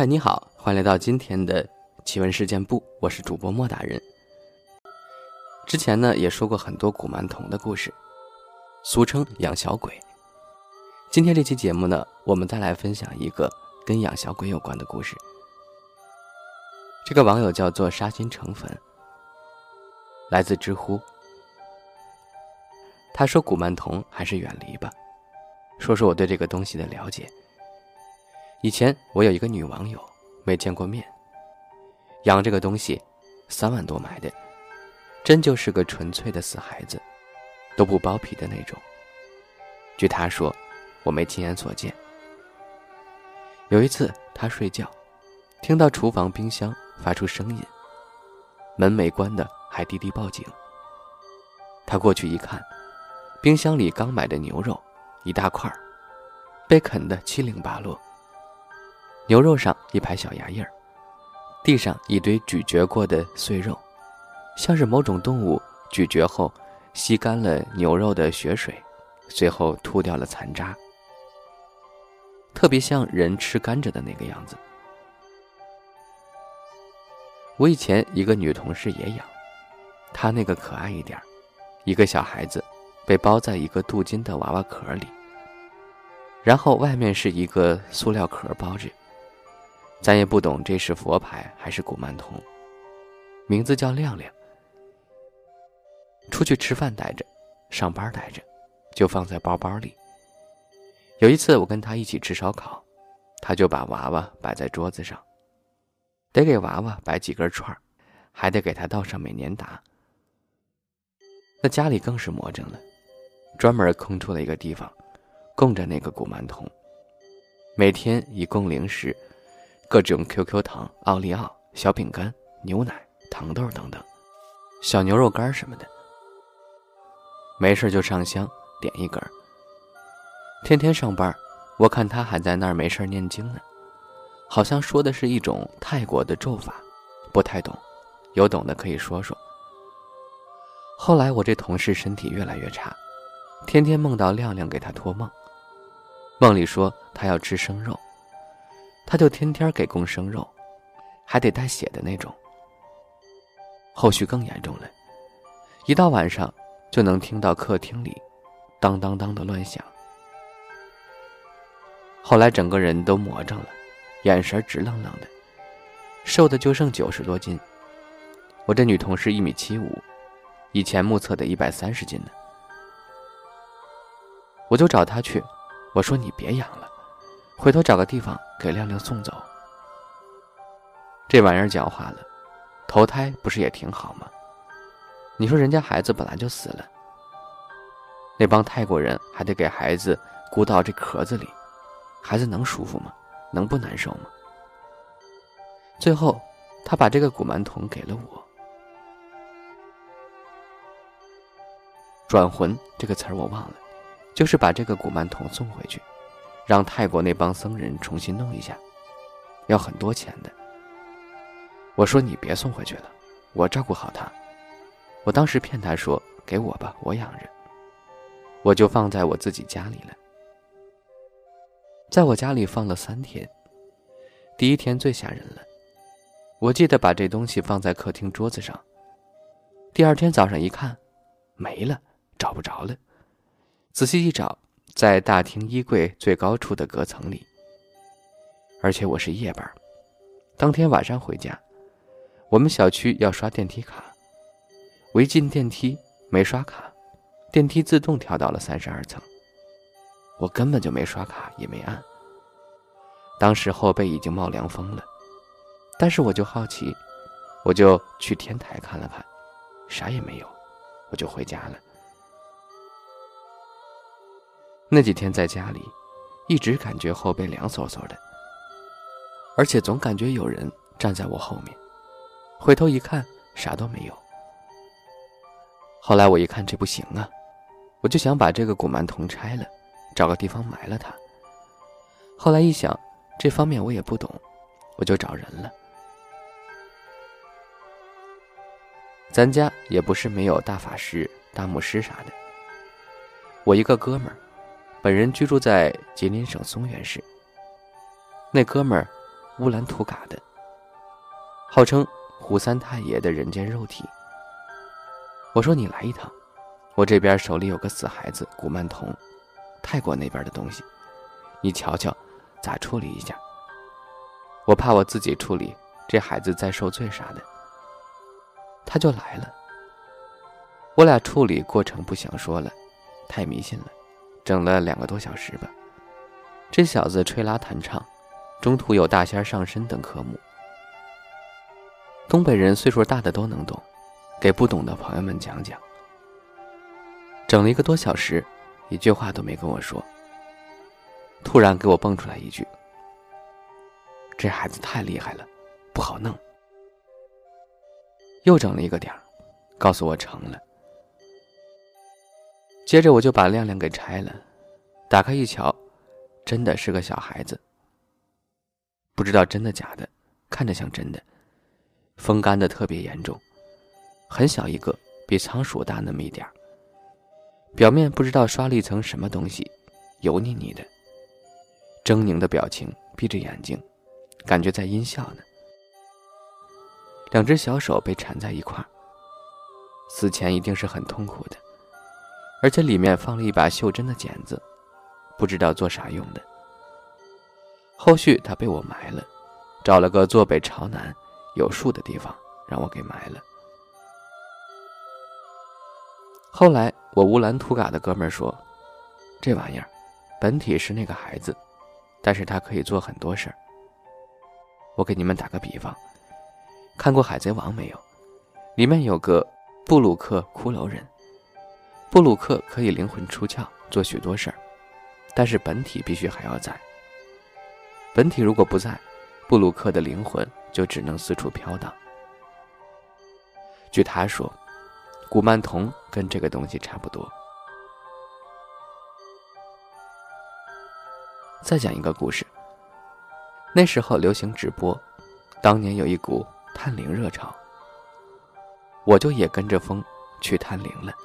嗨，你好，欢迎来到今天的奇闻事件部，我是主播莫大人。之前呢也说过很多古曼童的故事，俗称养小鬼。今天这期节目呢，我们再来分享一个跟养小鬼有关的故事。这个网友叫做杀心成粉，来自知乎。他说古曼童还是远离吧，说说我对这个东西的了解。以前我有一个女网友，没见过面，养这个东西3万多买的，真就是个纯粹的死孩子，都不剥皮的那种。据她说，我没亲眼所见。有一次她睡觉，听到厨房冰箱发出声音，门没关的还滴滴报警。她过去一看，冰箱里刚买的牛肉一大块，被啃得七零八落，牛肉上一排小牙印儿，地上一堆咀嚼过的碎肉，像是某种动物咀嚼后吸干了牛肉的血水，最后吐掉了残渣，特别像人吃甘蔗的那个样子。我以前一个女同事也养，她那个可爱一点，一个小孩子被包在一个镀金的娃娃壳里，然后外面是一个塑料壳包着，咱也不懂这是佛牌还是古曼童，名字叫亮亮。出去吃饭带着，上班带着，就放在包包里。有一次我跟他一起吃烧烤，他就把娃娃摆在桌子上，得给娃娃摆几根串，还得给他倒上美年达。那家里更是魔怔了，专门空出了一个地方供着那个古曼童，每天以供零食，各种 QQ 糖、奥利奥、小饼干、牛奶、糖豆等等，小牛肉干什么的。没事就上香点一根。天天上班，我看他还在那儿没事念经呢，好像说的是一种泰国的咒法，不太懂，有懂的可以说说。后来我这同事身体越来越差，天天梦到亮亮给他托梦，梦里说他要吃生肉，他就天天给供生肉，还得带血的那种。后续更严重了，一到晚上就能听到客厅里当当当的乱响。后来整个人都魔怔了，眼神直愣愣的，瘦的就剩90多斤。我这女同事1.75米，以前目测的130斤呢。我就找她去，我说你别养了，回头找个地方给亮亮送走。这玩意儿讲话了，投胎不是也挺好吗？你说人家孩子本来就死了，那帮泰国人还得给孩子箍到这壳子里，孩子能舒服吗？能不难受吗？最后他把这个古曼童给了我。转魂这个词儿我忘了，就是把这个古曼童送回去，让泰国那帮僧人重新弄一下，要很多钱的。我说你别送回去了，我照顾好他。我当时骗他说给我吧，我养着，我就放在我自己家里了。在我家里放了3天，第一天最吓人了，我记得把这东西放在客厅桌子上，第2天早上一看没了，找不着了，仔细一找，在大厅衣柜最高处的隔层里。而且我是夜班，当天晚上回家，我们小区要刷电梯卡，我一进电梯没刷卡，电梯自动跳到了32层，我根本就没刷卡也没按。当时后背已经冒凉风了，但是我就好奇，我就去天台看了看，啥也没有，我就回家了。那几天在家里一直感觉后背凉飕飕的，而且总感觉有人站在我后面，回头一看啥都没有。后来我一看这不行啊，我就想把这个古曼童拆了，找个地方埋了它。后来一想这方面我也不懂，我就找人了。咱家也不是没有大法师、大牧师啥的，我一个哥们儿本人居住在吉林省松原市，那哥们儿乌兰图嘎的，号称胡三太爷的人间肉体。我说你来一趟，我这边手里有个死孩子古曼童，泰国那边的东西，你瞧瞧咋处理一下。我怕我自己处理这孩子再受罪啥的。他就来了，我俩处理过程不想说了，太迷信了，整了2个多小时吧。这小子吹拉弹唱，中途有大仙上身等科目。东北人岁数大的都能懂，给不懂的朋友们讲讲。整了1个多小时，一句话都没跟我说。突然给我蹦出来一句：这孩子太厉害了，不好弄。又整了1个点，告诉我成了。接着我就把亮亮给拆了，打开一瞧，真的是个小孩子。不知道真的假的，看着像真的，风干的特别严重，很小一个，比仓鼠大那么一点，表面不知道刷了一层什么东西，油腻腻的，狰狞的表情，闭着眼睛，感觉在阴笑呢。2只小手被缠在一块儿，死前一定是很痛苦的，而且里面放了一把袖珍的剪子，不知道做啥用的。后续他被我埋了，找了个坐北朝南有树的地方让我给埋了。后来我乌兰图嘎的哥们儿说，这玩意儿本体是那个孩子，但是他可以做很多事儿。我给你们打个比方，看过海贼王没有？里面有个布鲁克骷髅人，布鲁克可以灵魂出窍做许多事儿，但是本体必须还要在。本体如果不在，布鲁克的灵魂就只能四处飘荡。据他说，古曼童跟这个东西差不多。再讲一个故事。那时候流行直播，当年有一股探灵热潮，我就也跟着风去探灵了。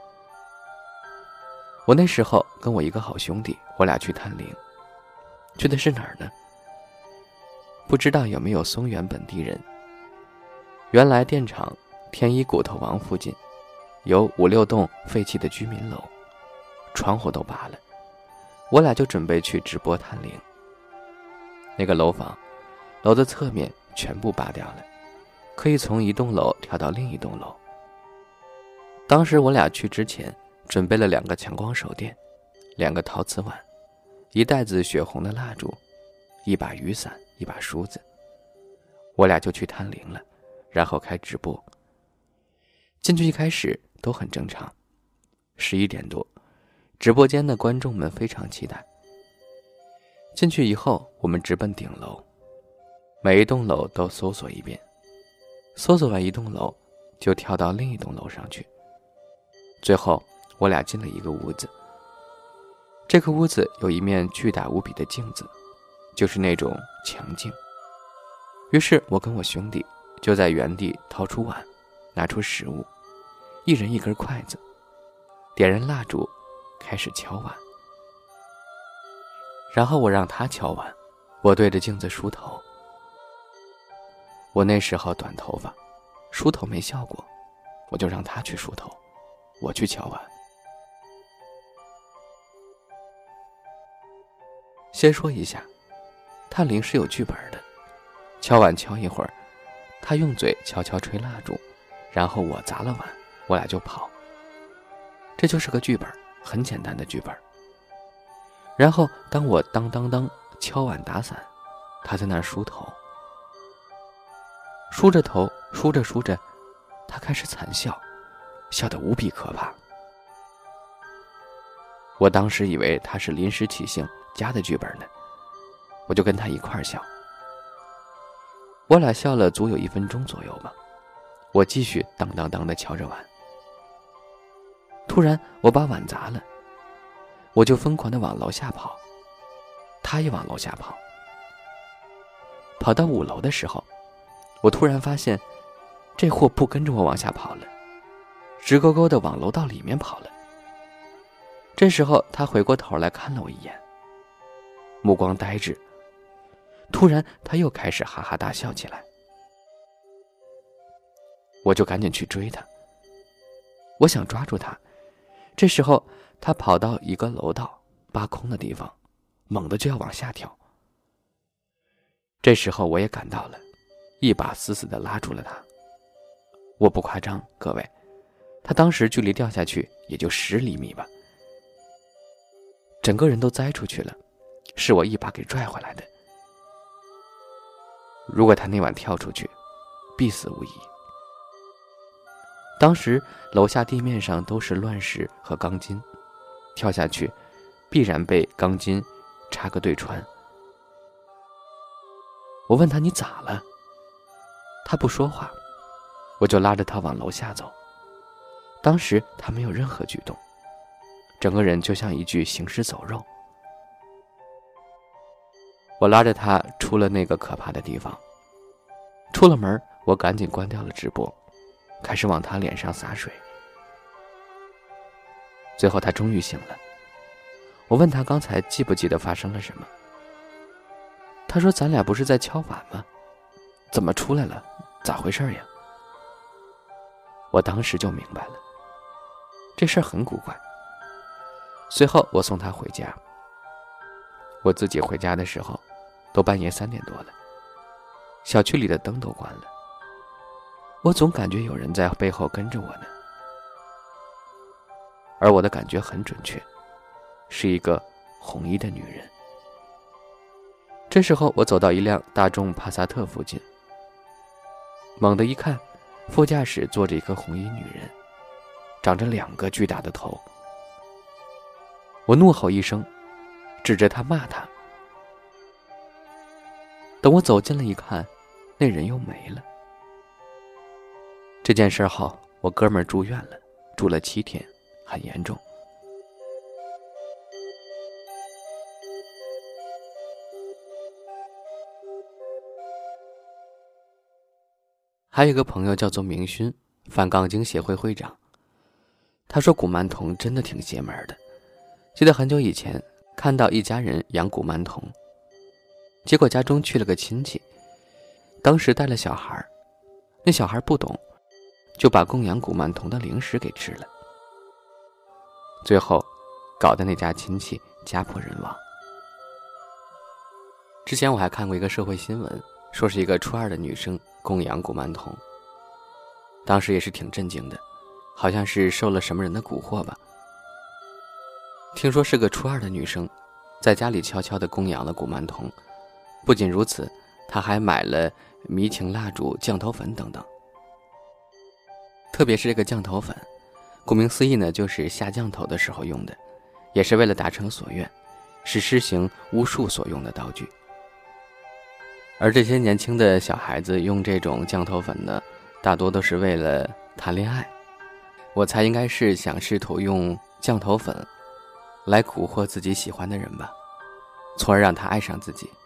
我那时候跟我一个好兄弟，我俩去探灵，去的是哪儿呢？不知道有没有松原本地人。原来电厂天一骨头王附近有5、6栋废弃的居民楼，窗户都拔了，我俩就准备去直播探灵。那个楼房，楼的侧面全部拔掉了，可以从一栋楼跳到另一栋楼。当时我俩去之前准备了2个强光手电，2个陶瓷碗，1袋子血红的蜡烛，1把雨伞，1把梳子。我俩就去探灵了，然后开直播。进去一开始都很正常，11点多，直播间的观众们非常期待。进去以后，我们直奔顶楼，每一栋楼都搜索一遍，搜索完一栋楼就跳到另一栋楼上去。最后我俩进了一个屋子，这个屋子有一面巨大无比的镜子，就是那种墙镜。于是我跟我兄弟就在原地掏出碗，拿出食物，一人1根筷子，点燃蜡烛，开始敲碗。然后我让他敲碗，我对着镜子梳头。我那时候短头发，梳头没效果，我就让他去梳头，我去敲碗。先说一下，探灵是有剧本的，敲碗敲一会儿，他用嘴悄悄吹蜡烛，然后我砸了碗，我俩就跑。这就是个剧本，很简单的剧本。然后当我当当当敲碗打伞，他在那儿梳头，梳着头，梳着梳着，他开始惨笑，笑得无比可怕。我当时以为他是临时起兴加的剧本呢，我就跟他一块儿笑。我俩笑了足有1分钟左右吧，我继续当当当地敲着碗。突然我把碗砸了，我就疯狂地往楼下跑，他也往楼下跑。跑到5楼的时候，我突然发现这货不跟着我往下跑了，直勾勾地往楼道里面跑了。这时候他回过头来看了我一眼，目光呆滞， 突然他又开始哈哈大笑起来，我就赶紧去追他。我想抓住他，这时候他跑到一个楼道扒空的地方，猛地就要往下跳。这时候我也赶到了，一把死死地拉住了他。我不夸张，各位，他当时距离掉下去也就10厘米吧，整个人都栽出去了，是我一把给拽回来的。如果他那晚跳出去，必死无疑。当时楼下地面上都是乱石和钢筋，跳下去必然被钢筋插个对穿。我问他你咋了？他不说话，我就拉着他往楼下走。当时他没有任何举动，整个人就像一具行尸走肉。我拉着他出了那个可怕的地方，出了门，我赶紧关掉了直播，开始往他脸上洒水。最后他终于醒了，我问他刚才记不记得发生了什么。他说咱俩不是在敲碗吗？怎么出来了？咋回事呀？我当时就明白了，这事儿很古怪。随后我送他回家，我自己回家的时候都半夜3点多了，小区里的灯都关了，我总感觉有人在背后跟着我呢。而我的感觉很准确，是一个红衣的女人。这时候我走到一辆大众帕萨特附近，猛地一看，副驾驶坐着一个红衣女人，长着2个巨大的头。我怒吼一声，指着她骂她。等我走近了一看，那人又没了。这件事后，我哥们儿住院了，住了7天，很严重。还有一个朋友叫做明勋，反杠精协会会长。他说古曼童真的挺邪门的。记得很久以前看到一家人养古曼童，结果家中去了个亲戚，当时带了小孩，那小孩不懂，就把供养古曼童的零食给吃了，最后搞得那家亲戚家破人亡。之前我还看过一个社会新闻，说是一个初2的女生供养古曼童，当时也是挺震惊的，好像是受了什么人的蛊惑吧。听说是个初2的女生，在家里悄悄地供养了古曼童，不仅如此，她还买了迷情蜡烛、降头粉等等。特别是这个降头粉，顾名思义呢，就是下降头的时候用的，也是为了达成所愿，是施行巫术所用的道具。而这些年轻的小孩子用这种降头粉呢，大多都是为了谈恋爱，我猜应该是想试图用降头粉来蛊惑自己喜欢的人吧，从而让他爱上自己。